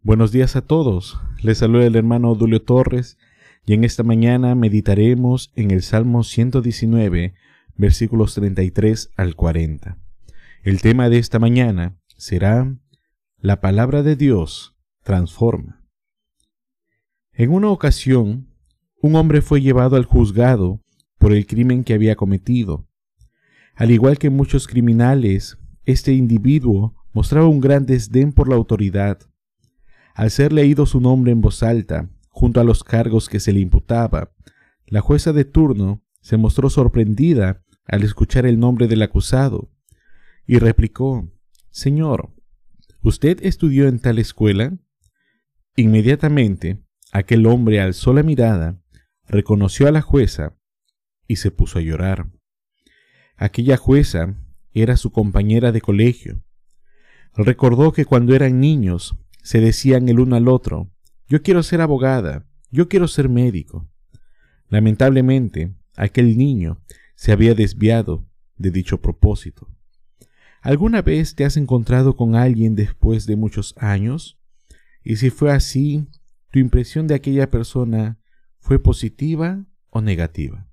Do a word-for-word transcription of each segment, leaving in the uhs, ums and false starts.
Buenos días a todos, les saluda el hermano Dulio Torres y en esta mañana meditaremos en el Salmo ciento diecinueve, versículos treinta y tres al cuarenta. El tema de esta mañana será La palabra de Dios transforma. En una ocasión, un hombre fue llevado al juzgado por el crimen que había cometido. Al igual que muchos criminales, este individuo mostraba un gran desdén por la autoridad. Al ser leído su nombre en voz alta, junto a los cargos que se le imputaba, la jueza de turno se mostró sorprendida al escuchar el nombre del acusado y replicó: «Señor, ¿usted estudió en tal escuela?». Inmediatamente, aquel hombre alzó la mirada, reconoció a la jueza y se puso a llorar. Aquella jueza era su compañera de colegio. Recordó que cuando eran niños se decían el uno al otro: «Yo quiero ser abogada, yo quiero ser médico». Lamentablemente, aquel niño se había desviado de dicho propósito. ¿Alguna vez te has encontrado con alguien después de muchos años? Y si fue así, ¿tu impresión de aquella persona fue positiva o negativa?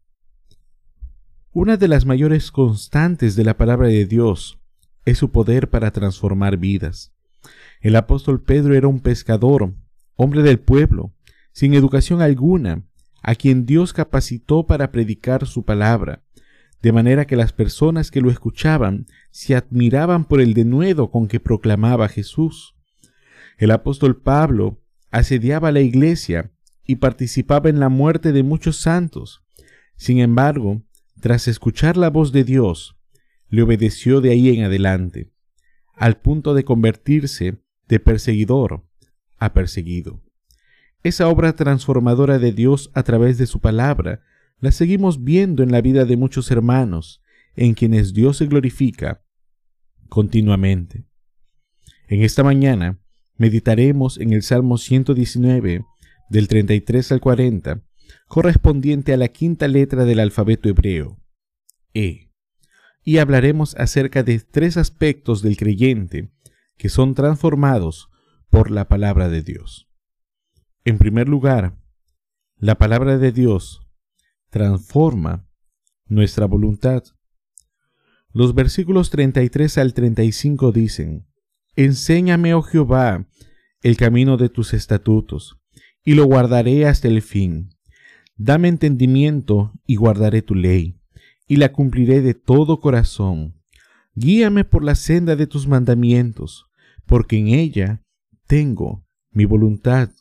Una de las mayores constantes de la palabra de Dios es su poder para transformar vidas. El apóstol Pedro era un pescador, hombre del pueblo, sin educación alguna, a quien Dios capacitó para predicar su palabra, de manera que las personas que lo escuchaban se admiraban por el denuedo con que proclamaba Jesús. El apóstol Pablo asediaba la iglesia y participaba en la muerte de muchos santos. Sin embargo, tras escuchar la voz de Dios, le obedeció de ahí en adelante, al punto de convertirse de perseguidor a perseguido. Esa obra transformadora de Dios a través de su palabra la seguimos viendo en la vida de muchos hermanos, en quienes Dios se glorifica continuamente. En esta mañana meditaremos en el Salmo ciento diecinueve, del treinta y tres al cuarenta, correspondiente a la quinta letra del alfabeto hebreo, E, y hablaremos acerca de tres aspectos del creyente que son transformados por la palabra de Dios. En primer lugar, la palabra de Dios transforma nuestra voluntad. Los versículos treinta y tres al treinta y cinco dicen: «Enséñame, oh Jehová, el camino de tus estatutos, y lo guardaré hasta el fin. Dame entendimiento y guardaré tu ley, y la cumpliré de todo corazón. Guíame por la senda de tus mandamientos, porque en ella tengo mi voluntad».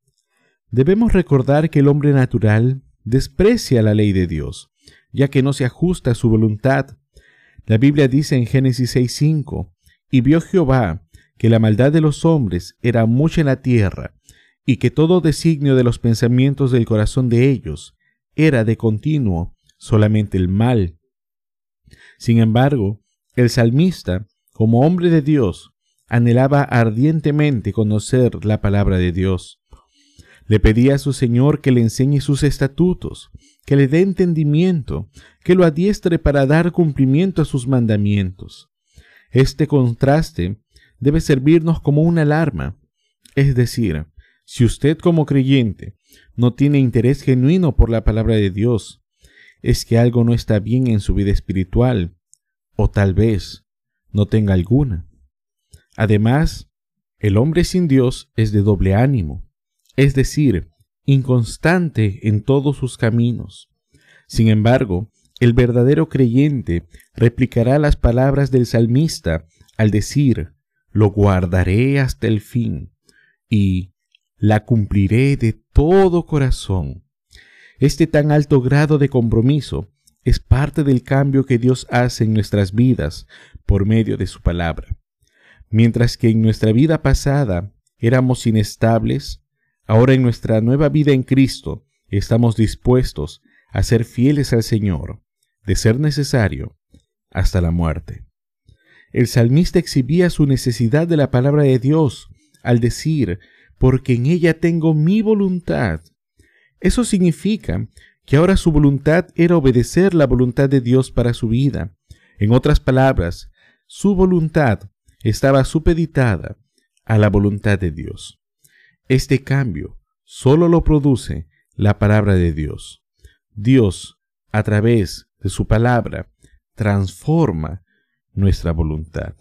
Debemos recordar que el hombre natural desprecia la ley de Dios, ya que no se ajusta a su voluntad. La Biblia dice en Génesis seis cinco, «Y vio Jehová que la maldad de los hombres era mucha en la tierra, y que todo designio de los pensamientos del corazón de ellos era de continuo solamente el mal». Sin embargo, el salmista, como hombre de Dios, anhelaba ardientemente conocer la palabra de Dios. Le pedía a su Señor que le enseñe sus estatutos, que le dé entendimiento, que lo adiestre para dar cumplimiento a sus mandamientos. Este contraste debe servirnos como una alarma. Es decir, si usted como creyente no tiene interés genuino por la palabra de Dios, es que algo no está bien en su vida espiritual, o tal vez no tenga alguna. Además, el hombre sin Dios es de doble ánimo, es decir, inconstante en todos sus caminos. Sin embargo, el verdadero creyente replicará las palabras del salmista al decir: «Lo guardaré hasta el fin y la cumpliré de todo corazón». Este tan alto grado de compromiso es parte del cambio que Dios hace en nuestras vidas por medio de su palabra. Mientras que en nuestra vida pasada éramos inestables, ahora en nuestra nueva vida en Cristo estamos dispuestos a ser fieles al Señor, de ser necesario, hasta la muerte. El salmista exhibía su necesidad de la palabra de Dios al decir: «Porque en ella tengo mi voluntad». Eso significa que ahora su voluntad era obedecer la voluntad de Dios para su vida. En otras palabras, su voluntad estaba supeditada a la voluntad de Dios. Este cambio solo lo produce la palabra de Dios. Dios, a través de su palabra, transforma nuestra voluntad.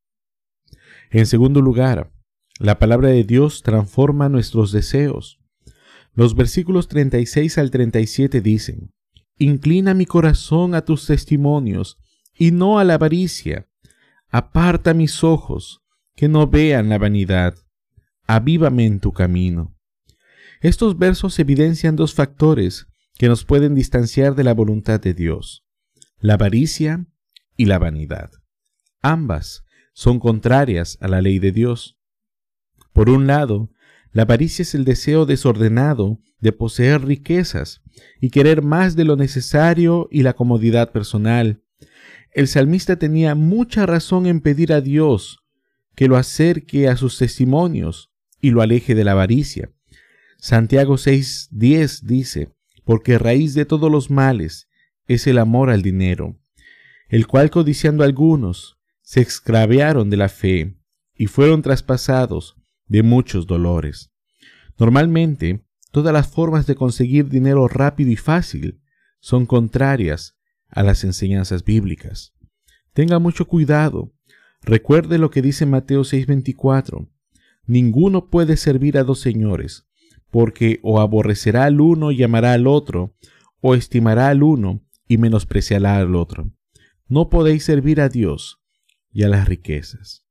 En segundo lugar, la palabra de Dios transforma nuestros deseos. Los versículos treinta y seis al treinta y siete dicen: Inclina mi corazón a tus testimonios y no a la avaricia. Aparta mis ojos, que no vean la vanidad. Avívame en tu camino. Estos versos evidencian dos factores que nos pueden distanciar de la voluntad de Dios: la avaricia y la vanidad. Ambas son contrarias a la ley de Dios. Por un lado, la avaricia es el deseo desordenado de poseer riquezas y querer más de lo necesario y la comodidad personal. El salmista tenía mucha razón en pedir a Dios que lo acerque a sus testimonios y lo aleje de la avaricia. Santiago seis diez dice: Porque raíz de todos los males es el amor al dinero, el cual codiciando algunos se extraviaron de la fe y fueron traspasados de muchos dolores. Normalmente, todas las formas de conseguir dinero rápido y fácil son contrarias a las enseñanzas bíblicas. Tenga mucho cuidado. Recuerde lo que dice Mateo seis veinticuatro. Ninguno puede servir a dos señores, porque o aborrecerá al uno y amará al otro, o estimará al uno y menospreciará al otro. No podéis servir a Dios y a las riquezas.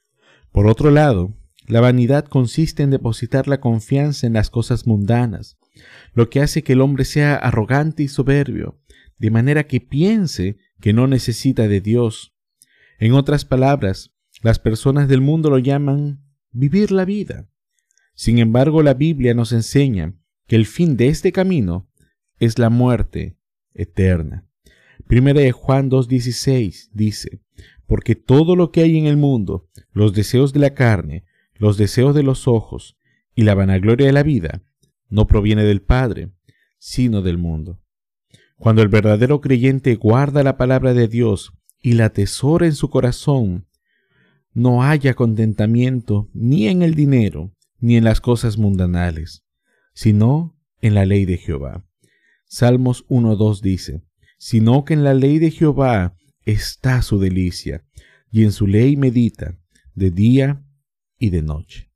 Por otro lado, la vanidad consiste en depositar la confianza en las cosas mundanas, lo que hace que el hombre sea arrogante y soberbio, de manera que piense que no necesita de Dios. En otras palabras, las personas del mundo lo llaman vivir la vida. Sin embargo, la Biblia nos enseña que el fin de este camino es la muerte eterna. Primera de Juan dos dieciséis dice: Porque todo lo que hay en el mundo, los deseos de la carne, los deseos de los ojos y la vanagloria de la vida, no proviene del Padre, sino del mundo. Cuando el verdadero creyente guarda la palabra de Dios y la atesora en su corazón, no haya contentamiento ni en el dinero, ni en las cosas mundanales, sino en la ley de Jehová. Salmos uno dos dice: Sino que en la ley de Jehová está su delicia, y en su ley medita de día y de noche.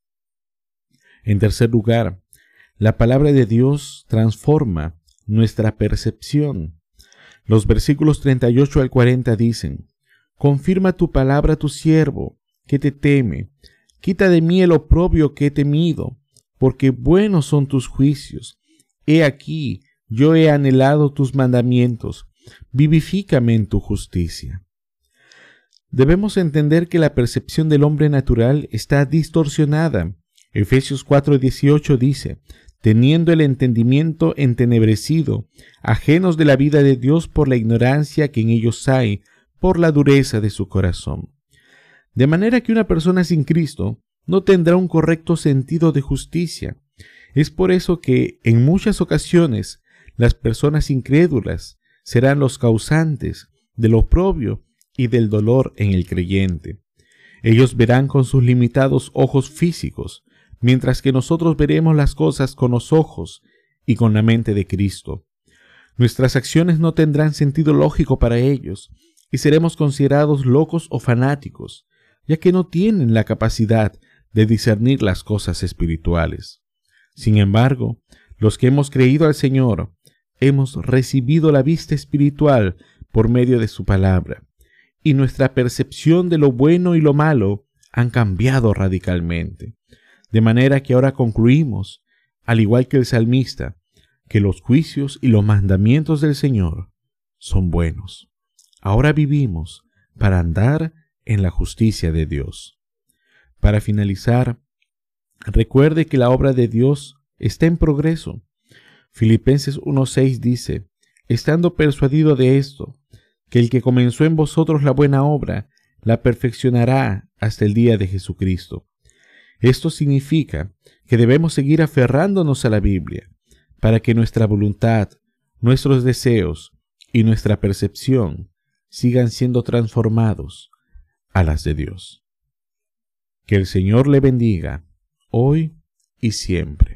En tercer lugar, la palabra de Dios transforma nuestra percepción. Los versículos treinta y ocho al cuarenta dicen: Confirma tu palabra a tu siervo, que te teme. Quita de mí el oprobio que he temido, porque buenos son tus juicios. He aquí, yo he anhelado tus mandamientos. Vivifícame en tu justicia. Debemos entender que la percepción del hombre natural está distorsionada. Efesios cuatro dieciocho dice: Teniendo el entendimiento entenebrecido, ajenos de la vida de Dios por la ignorancia que en ellos hay, por la dureza de su corazón. De manera que una persona sin Cristo no tendrá un correcto sentido de justicia. Es por eso que, en muchas ocasiones, las personas incrédulas serán los causantes del oprobio y del dolor en el creyente. Ellos verán con sus limitados ojos físicos, mientras que nosotros veremos las cosas con los ojos y con la mente de Cristo. Nuestras acciones no tendrán sentido lógico para ellos, y seremos considerados locos o fanáticos, ya que no tienen la capacidad de discernir las cosas espirituales. Sin embargo, los que hemos creído al Señor, hemos recibido la vista espiritual por medio de su palabra, y nuestra percepción de lo bueno y lo malo han cambiado radicalmente, de manera que ahora concluimos, al igual que el salmista, que los juicios y los mandamientos del Señor son buenos. Ahora vivimos para andar en la justicia de Dios. Para finalizar, recuerde que la obra de Dios está en progreso. Filipenses uno seis dice: Estando persuadido de esto, que el que comenzó en vosotros la buena obra, la perfeccionará hasta el día de Jesucristo. Esto significa que debemos seguir aferrándonos a la Biblia, para que nuestra voluntad, nuestros deseos y nuestra percepción sigan siendo transformados a las de Dios. Que el Señor le bendiga, hoy y siempre.